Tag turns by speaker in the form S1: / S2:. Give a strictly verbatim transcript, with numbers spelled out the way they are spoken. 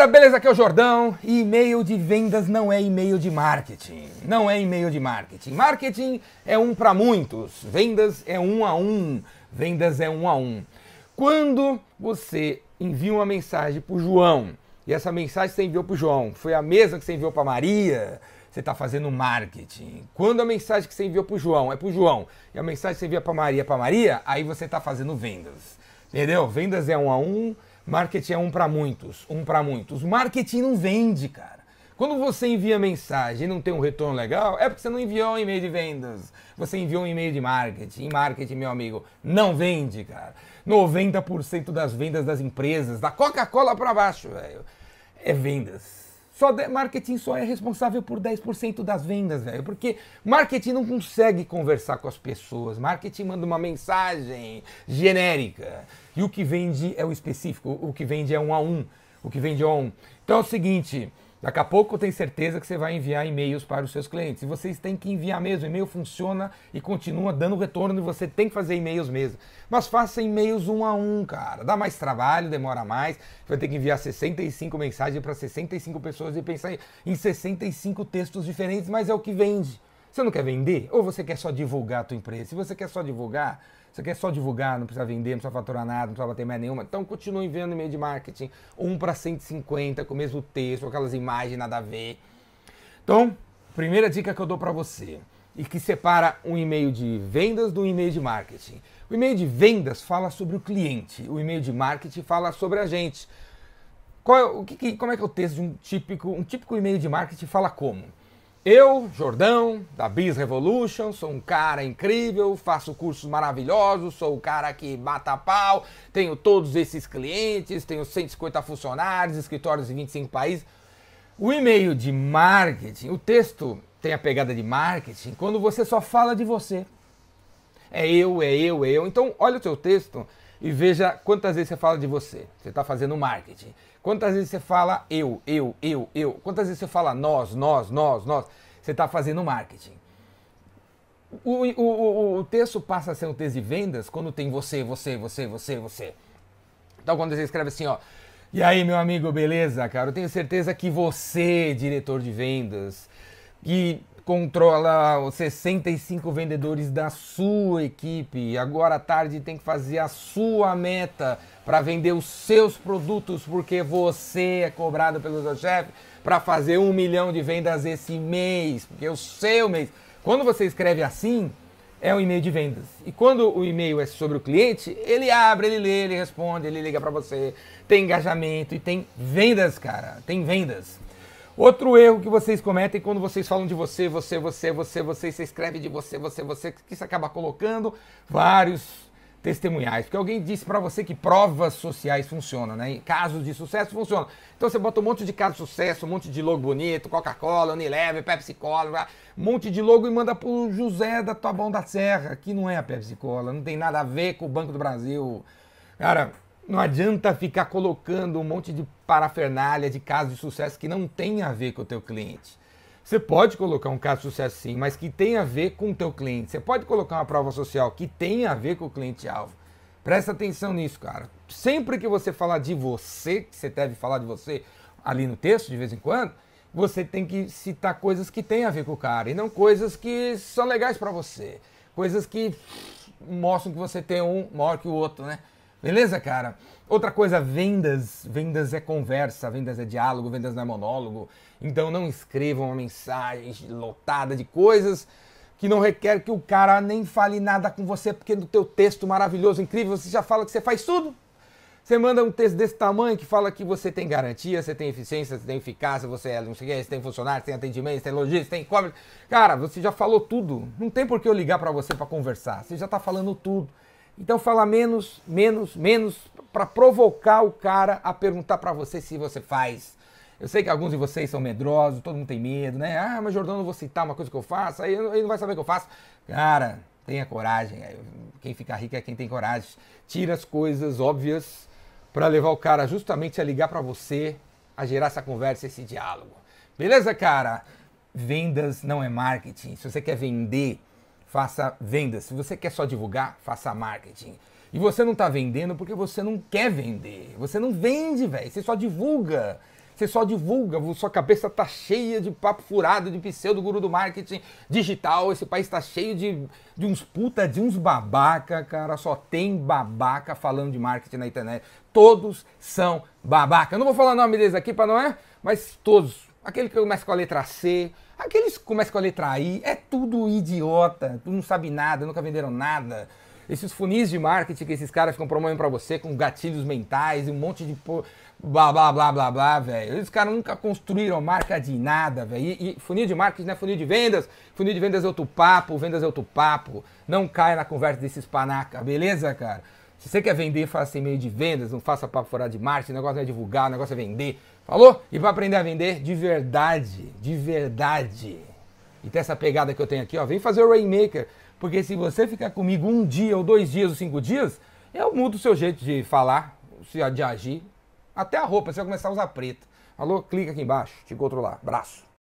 S1: galera, beleza? Aqui é o Jordão e e-mail de vendas não é e-mail de marketing. Não é e-mail de marketing. Marketing é um para muitos, vendas é um a um, vendas é um a um. Quando você envia uma mensagem para o João e essa mensagem que você enviou para o João foi a mesma que você enviou para Maria, você está fazendo marketing. Quando a mensagem que você enviou para o João é para o João e a mensagem que você envia para Maria é para Maria, aí você está fazendo vendas. Entendeu? Vendas é um a um. Marketing é um para muitos, um para muitos. Marketing não vende, cara. Quando você envia mensagem e não tem um retorno legal, é porque você não enviou um e-mail de vendas. Você enviou um e-mail de marketing. E marketing, meu amigo, não vende, cara. noventa por cento das vendas das empresas, da Coca-Cola para baixo, velho, é vendas. Só de, marketing só é responsável por dez por cento das vendas, velho. Porque marketing não consegue conversar com as pessoas. Marketing manda uma mensagem genérica. E o que vende é o específico. O que vende é um a um. O que vende é um a um. Então é o seguinte, daqui a pouco eu tenho certeza que você vai enviar e-mails para os seus clientes. E vocês têm que enviar mesmo. O e-mail funciona e continua dando retorno e você tem que fazer e-mails mesmo. Mas faça e-mails um a um, cara. Dá mais trabalho, demora mais. Você vai ter que enviar sessenta e cinco mensagens para sessenta e cinco pessoas e pensar em sessenta e cinco textos diferentes, mas é o que vende. Você não quer vender? Ou você quer só divulgar a tua empresa? Se você quer só divulgar, você quer só divulgar, não precisa vender, não precisa faturar nada, não precisa bater mais nenhuma, então continue enviando e-mail de marketing, um para cento e cinquenta, com o mesmo texto, com aquelas imagens nada a ver. Então, primeira dica que eu dou para você, e que separa um e-mail de vendas do e-mail de marketing. O e-mail de vendas fala sobre o cliente, o e-mail de marketing fala sobre a gente. Qual é, o que, como é que é o texto de um típico, um típico e-mail de marketing fala como? Eu, Jordão, da Biz Revolution, sou um cara incrível, faço cursos maravilhosos, sou o cara que mata pau, tenho todos esses clientes, tenho cento e cinquenta funcionários, escritórios em vinte e cinco países. O e-mail de marketing, o texto tem a pegada de marketing quando você só fala de você. É eu, é eu, é eu. Então, olha o seu texto e veja quantas vezes você fala de você. Você está fazendo marketing. Quantas vezes você fala eu, eu, eu, eu. Quantas vezes você fala nós, nós, nós, nós. Você está fazendo marketing. O, o, o, o texto passa a ser um texto de vendas quando tem você, você, você, você, você. Então, quando você escreve assim, ó. E aí, meu amigo, beleza, cara? Eu tenho certeza que você, diretor de vendas, que controla os sessenta e cinco vendedores da sua equipe, agora à tarde tem que fazer a sua meta para vender os seus produtos, porque você é cobrado pelo seu chefe para fazer um milhão de vendas esse mês, porque é o seu mês. Quando você escreve assim, é um e-mail de vendas. E quando o e-mail é sobre o cliente, ele abre, ele lê, ele responde, ele liga para você, tem engajamento e tem vendas, cara, tem vendas. Outro erro que vocês cometem quando vocês falam de você, você, você, você, você, você escreve de você, você, você, que você acaba colocando vários testemunhais. Porque alguém disse para você que provas sociais funcionam, né? Casos de sucesso funcionam. Então você bota um monte de casos de sucesso, um monte de logo bonito, Coca-Cola, Unilever, Pepsi-Cola, um monte de logo e manda pro José da Taboão da Serra, que não é a Pepsi-Cola, não tem nada a ver com o Banco do Brasil. Cara, não adianta ficar colocando um monte de parafernália de casos de sucesso que não tem a ver com o teu cliente. Você pode colocar um caso de sucesso sim, mas que tem a ver com o teu cliente. Você pode colocar uma prova social que tem a ver com o cliente-alvo. Presta atenção nisso, cara. Sempre que você falar de você, que você deve falar de você ali no texto de vez em quando, você tem que citar coisas que tem a ver com o cara e não coisas que são legais para você. Coisas que mostram que você tem um maior que o outro, né? Beleza, cara? Outra coisa, vendas. Vendas é conversa, vendas é diálogo, vendas não é monólogo. Então não escrevam uma mensagem lotada de coisas que não requer que o cara nem fale nada com você, porque no teu texto maravilhoso, incrível, você já fala que você faz tudo. Você manda um texto desse tamanho que fala que você tem garantia, você tem eficiência, você tem eficácia, você é não sei o que, você tem funcionário, você tem atendimento, você tem logística, você tem e-commerce. Cara, você já falou tudo. Não tem por que eu ligar para você para conversar. Você já está falando tudo. Então fala menos, menos, menos para provocar o cara a perguntar para você se você faz. Eu sei que alguns de vocês são medrosos, todo mundo tem medo, né? Ah, mas Jordão, não vou citar uma coisa que eu faço, aí ele não vai saber o que eu faço. Cara, tenha coragem. Quem fica rico é quem tem coragem. Tira as coisas óbvias para levar o cara justamente a ligar para você, a gerar essa conversa, esse diálogo. Beleza, cara? Vendas não é marketing. Se você quer vender, faça vendas. Se você quer só divulgar, faça marketing. E você não está vendendo porque você não quer vender. Você não vende, velho. Você só divulga. Você só divulga, sua cabeça tá cheia de papo furado, de pseudo-guru do marketing digital. Esse país tá cheio de, de uns puta, de uns babaca, cara. Só tem babaca falando de marketing na internet. Todos são babaca. Eu não vou falar o nome deles aqui para não é, mas todos. Aquele que começa com a letra C, aqueles que começam com a letra I, é tudo idiota, tu não sabe nada, nunca venderam nada. Esses funis de marketing que esses caras ficam promovendo pra você com gatilhos mentais e um monte de blá blá blá blá blá, velho. Esses caras nunca construíram marca de nada, velho. E, e funil de marketing não é funil de vendas. Funil de vendas é outro papo, vendas é outro papo. Não caia na conversa desses panaca, beleza, cara? Se você quer vender, faça em meio de vendas, não faça papo fora de marketing, o negócio não é divulgar, o negócio é vender. Falou? E para aprender a vender de verdade, de verdade. E tem essa pegada que eu tenho aqui, ó, vem fazer o Rainmaker. Porque se você ficar comigo um dia, ou dois dias, ou cinco dias, eu mudo o seu jeito de falar, de agir. Até a roupa, você vai começar a usar preto. Falou? Clica aqui embaixo, te encontro lá. Abraço.